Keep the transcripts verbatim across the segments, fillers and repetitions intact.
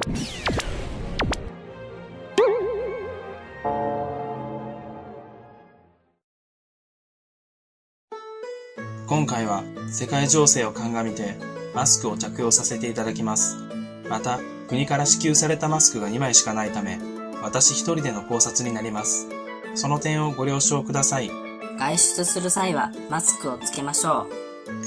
今回は世界情勢を鑑みてマスクを着用させていただきます。また、国から支給されたマスクがにまいしかないため、私一人での考察になります。その点をご了承ください。 外出する際はマスクをつけましょ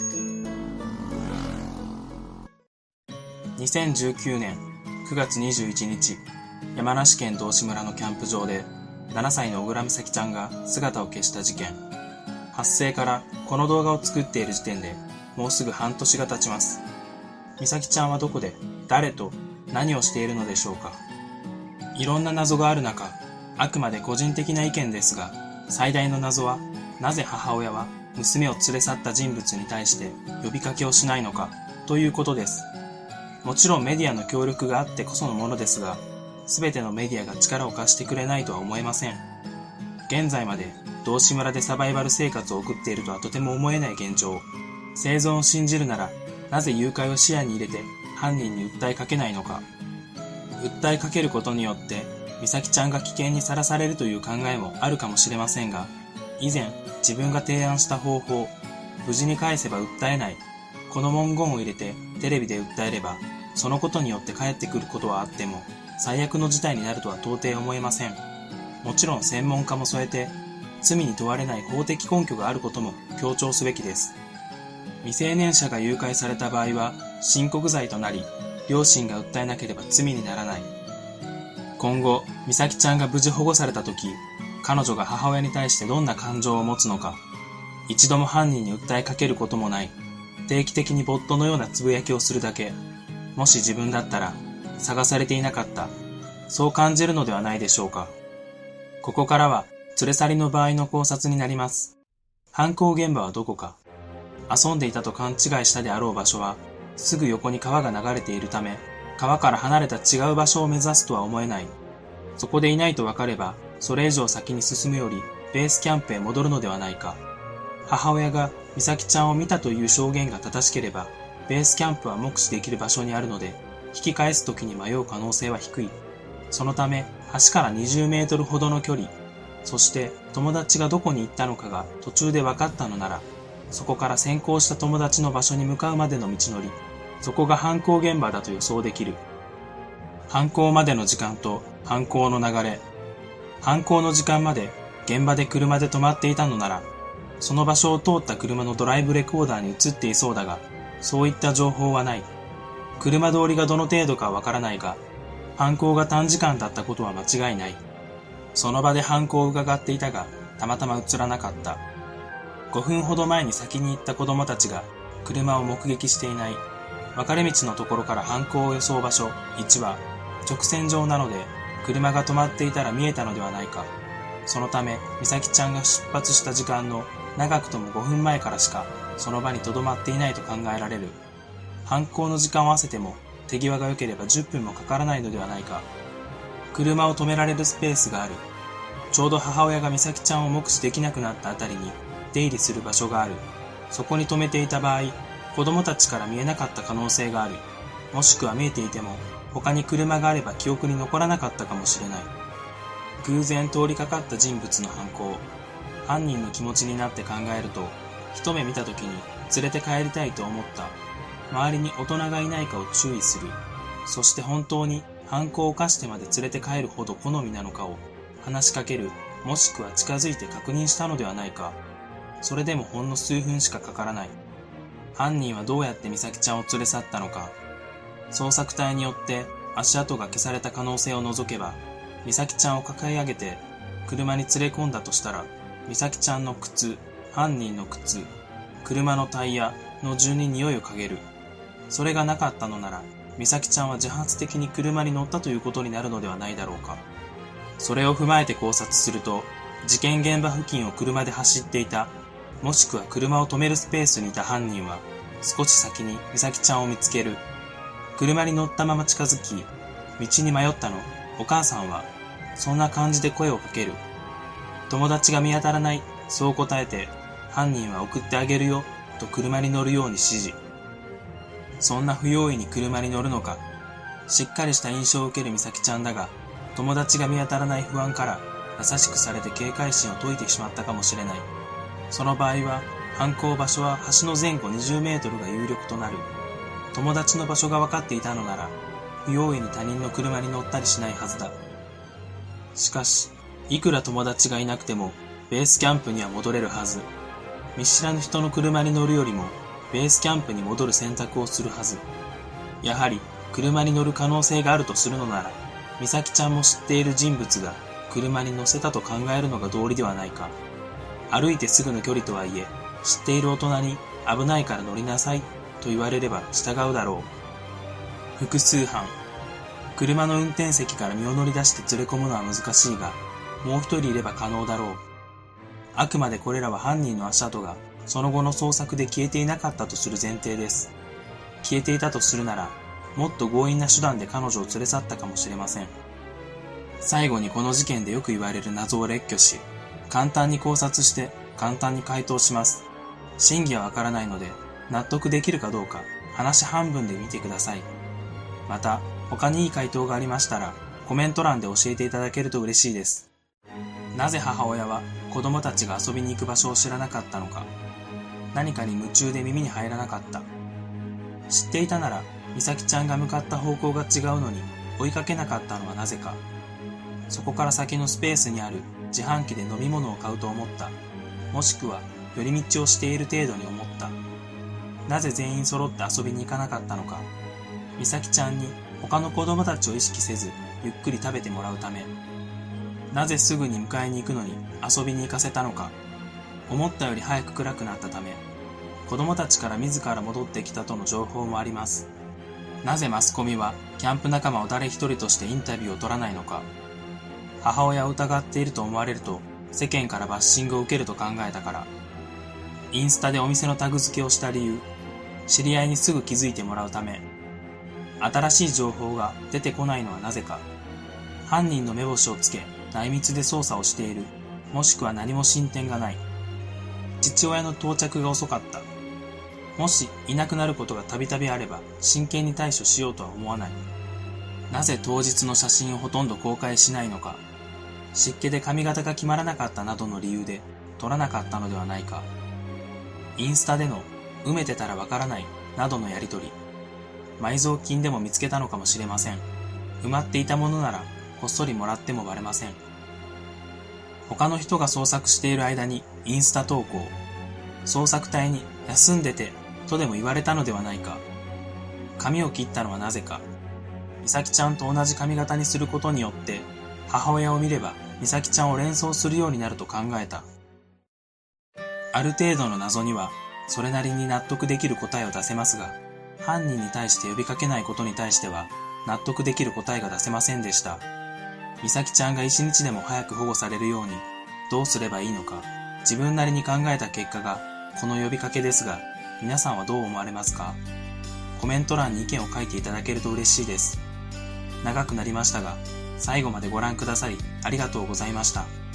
う。にせんじゅうきゅうねんくがつにじゅういちにち、山梨県道志村のキャンプ場でななさいの小倉美咲ちゃんが姿を消した事件。発生からこの動画を作っている時点でもうすぐ半年が経ちます。美咲ちゃんはどこで、誰と、何をしているのでしょうか。いろんな謎がある中、あくまで個人的な意見ですが、最大の謎は、なぜ母親は娘を連れ去った人物に対して呼びかけをしないのかということです。もちろんメディアの協力があってこそのものですが、すべてのメディアが力を貸してくれないとは思えません。現在まで道志村でサバイバル生活を送っているとはとても思えない現状。生存を信じるなら、なぜ誘拐を視野に入れて犯人に訴えかけないのか。訴えかけることによって美咲ちゃんが危険にさらされるという考えもあるかもしれませんが、以前自分が提案した方法、無事に返せば訴えない、この文言を入れてテレビで訴えれば、そのことによって返ってくることはあっても最悪の事態になるとは到底思えません。もちろん専門家も添えて、罪に問われない法的根拠があることも強調すべきです。未成年者が誘拐された場合は親告罪となり、両親が訴えなければ罪にならない。今後、美咲ちゃんが無事保護されたとき、彼女が母親に対してどんな感情を持つのか、一度も犯人に訴えかけることもない、定期的にボットのようなつぶやきをするだけ、もし自分だったら、探されていなかった、そう感じるのではないでしょうか。ここからは、連れ去りの場合の考察になります。犯行現場はどこか。遊んでいたと勘違いしたであろう場所は、すぐ横に川が流れているため、川から離れた違う場所を目指すとは思えない。そこでいないと分かれば、それ以上先に進むより、ベースキャンプへ戻るのではないか。母親が美咲ちゃんを見たという証言が正しければ、ベースキャンプは目視できる場所にあるので、引き返す時に迷う可能性は低い。そのため、橋からにじゅうメートルほどの距離、そして友達がどこに行ったのかが途中で分かったのなら、そこから先行した友達の場所に向かうまでの道のり、そこが犯行現場だと予想できる。犯行までの時間と犯行の流れ。犯行の時間まで現場で車で止まっていたのなら、その場所を通った車のドライブレコーダーに映っていそうだが、そういった情報はない。車通りがどの程度かわからないが、犯行が短時間だったことは間違いない。その場で犯行を伺っていたが、たまたま映らなかった。ごふんほど前に先に行った子供たちが車を目撃していない。分かれ道のところから犯行を予想場所いちは直線上なので、車が止まっていたら見えたのではないか。そのため美咲ちゃんが出発した時間の長くともごふんまえからしかその場に留まっていないと考えられる。犯行の時間を合わせても手際が良ければじゅっぷんもかからないのではないか。車を止められるスペースがある。ちょうど母親が美咲ちゃんを目視できなくなったあたりに出入りする場所がある。そこに止めていた場合、子供たちから見えなかった可能性がある。もしくは見えていても、他に車があれば記憶に残らなかったかもしれない。偶然通りかかった人物の犯行。犯人の気持ちになって考えると、一目見た時に連れて帰りたいと思った。周りに大人がいないかを注意する。そして本当に犯行を犯してまで連れて帰るほど好みなのかを話しかける、もしくは近づいて確認したのではないか。それでもほんの数分しかかからない。犯人はどうやって美咲ちゃんを連れ去ったのか。捜索隊によって足跡が消された可能性を除けば、美咲ちゃんを抱え上げて車に連れ込んだとしたら、美咲ちゃんの靴、犯人の靴、車のタイヤの順に匂いを嗅げる。それがなかったのなら、美咲ちゃんは自発的に車に乗ったということになるのではないだろうか。それを踏まえて考察すると、事件現場付近を車で走っていた、もしくは車を止めるスペースにいた犯人は、少し先に美咲ちゃんを見つける。車に乗ったまま近づき、道に迷ったの、お母さんは、そんな感じで声をかける。友達が見当たらない、そう答えて、犯人は送ってあげるよ、と車に乗るように指示。そんな不用意に車に乗るのか。 しっかりした印象を受ける美咲ちゃんだが、友達が見当たらない不安から優しくされて警戒心を解いてしまったかもしれない。その場合は、犯行場所は橋の前後にじゅうメートルが有力となる。友達の場所が分かっていたのなら、不用意に他人の車に乗ったりしないはずだ。しかし、いくら友達がいなくても、ベースキャンプには戻れるはず。見知らぬ人の車に乗るよりも、ベースキャンプに戻る選択をするはず。やはり、車に乗る可能性があるとするのなら、美咲ちゃんも知っている人物が車に乗せたと考えるのが道理ではないか。歩いてすぐの距離とはいえ、知っている大人に危ないから乗りなさいと言われれば従うだろう。複数犯。車の運転席から身を乗り出して連れ込むのは難しいが、もう一人いれば可能だろう。あくまでこれらは犯人の足跡がその後の捜索で消えていなかったとする前提です。消えていたとするなら、もっと強引な手段で彼女を連れ去ったかもしれません。最後にこの事件でよく言われる謎を列挙し、簡単に考察して簡単に回答します。真偽はわからないので、納得できるかどうか話半分で見てください。また、他にいい回答がありましたら、コメント欄で教えていただけると嬉しいです。なぜ母親は子供たちが遊びに行く場所を知らなかったのか。何かに夢中で耳に入らなかった。知っていたなら、美咲ちゃんが向かった方向が違うのに追いかけなかったのはなぜか。そこから先のスペースにある自販機で飲み物を買うと思った。もしくは寄り道をしている程度に思った。なぜ全員揃って遊びに行かなかったのか。美咲ちゃんに他の子供たちを意識せずゆっくり食べてもらうため。なぜすぐに迎えに行くのに遊びに行かせたのか。思ったより早く暗くなったため、子供たちから自ら戻ってきたとの情報もあります。なぜマスコミはキャンプ仲間を誰一人としてインタビューを取らないのか。母親を疑っていると思われると世間からバッシングを受けると考えたから。インスタでお店のタグ付けをした理由、知り合いにすぐ気づいてもらうため。新しい情報が出てこないのはなぜか。犯人の目星をつけ内密で捜査をしている、もしくは何も進展がない。父親の到着が遅かった。もしいなくなることがたびたびあれば真剣に対処しようとは思わない。なぜ当日の写真をほとんど公開しないのか。湿気で髪型が決まらなかったなどの理由で撮らなかったのではないか。インスタでの埋めてたらわからないなどのやりとり。埋蔵金でも見つけたのかもしれません。埋まっていたものならこっそりもらってもバレません。他の人が捜索している間にインスタ投稿。捜索隊に休んでてとでも言われたのではないか。髪を切ったのはなぜか。美咲ちゃんと同じ髪型にすることによって母親を見れば美咲ちゃんを連想するようになると考えた。ある程度の謎にはそれなりに納得できる答えを出せますが、犯人に対して呼びかけないことに対しては納得できる答えが出せませんでした。美咲ちゃんが一日でも早く保護されるようにどうすればいいのか、自分なりに考えた結果がこの呼びかけですが、皆さんはどう思われますか？コメント欄に意見を書いていただけると嬉しいです。長くなりましたが、最後までご覧くださりありがとうございました。